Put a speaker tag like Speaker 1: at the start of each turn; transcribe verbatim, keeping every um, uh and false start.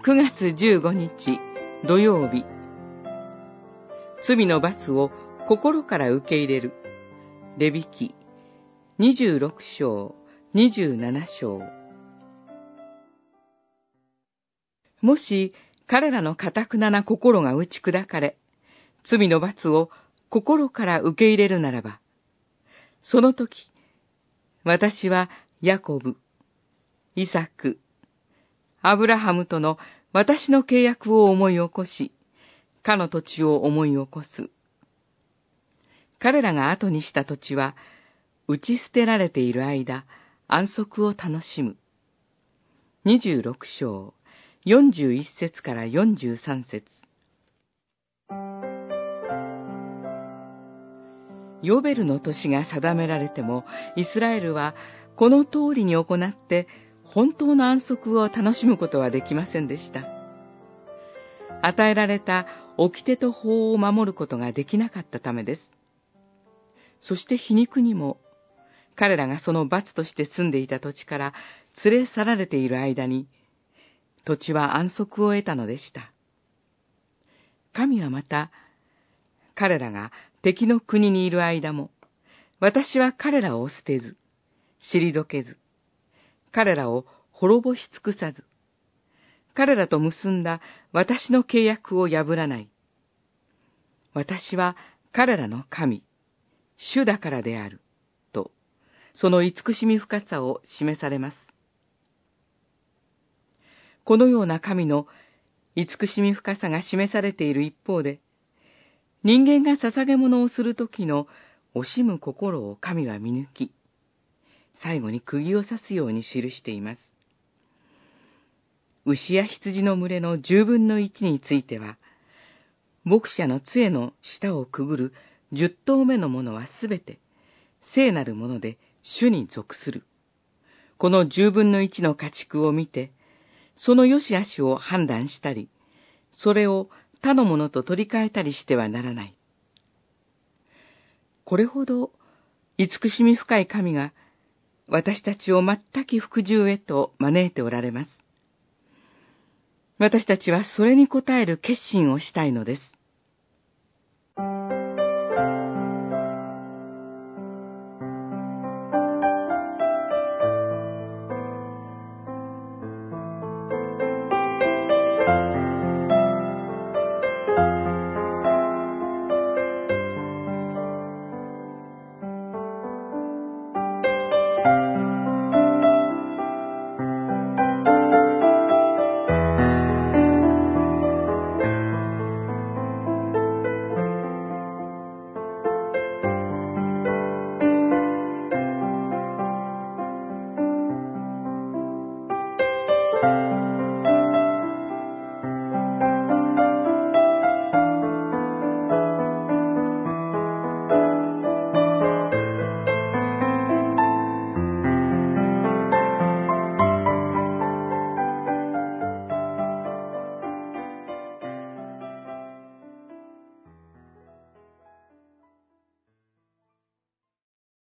Speaker 1: くがつじゅうごにち土曜日。罪の罰を心から受け入れる。レビ記にじゅうろくしょう、にじゅうななしょう。もし彼らの堅なな心が打ち砕かれ、罪の罰を心から受け入れるならば、その時、私はヤコブ、イサク、アブラハムとの私の契約を思い起こし、かの土地を思い起こす。彼らが後にした土地は、打ち捨てられている間、安息を楽しむ。にじゅうろくしょう、よんじゅういっせつからよんじゅうさんせつ。ヨベルの年が定められても、イスラエルはこの通りに行って、本当の安息を楽しむことはできませんでした。与えられた掟と法を守ることができなかったためです。そして皮肉にも、彼らがその罰として住んでいた土地から連れ去られている間に、土地は安息を得たのでした。神はまた、彼らが敵の国にいる間も、私は彼らを捨てず、退けず、彼らを滅ぼし尽くさず、彼らと結んだ私の契約を破らない。私は彼らの神、主だからである、と、その慈しみ深さを示されます。このような神の慈しみ深さが示されている一方で、人間が捧げ物をするときの惜しむ心を神は見抜き、最後に釘を刺すように記しています。牛や羊の群れの十分の一については、牧者の杖の下をくぐる十頭目のものはすべて、聖なるもので主に属する。この十分の一の家畜を見て、その良し悪しを判断したり、それを他のものと取り替えたりしてはならない。これほど慈しみ深い神が私たちを全く服従へと招いておられます。私たちはそれに応える決心をしたいのです。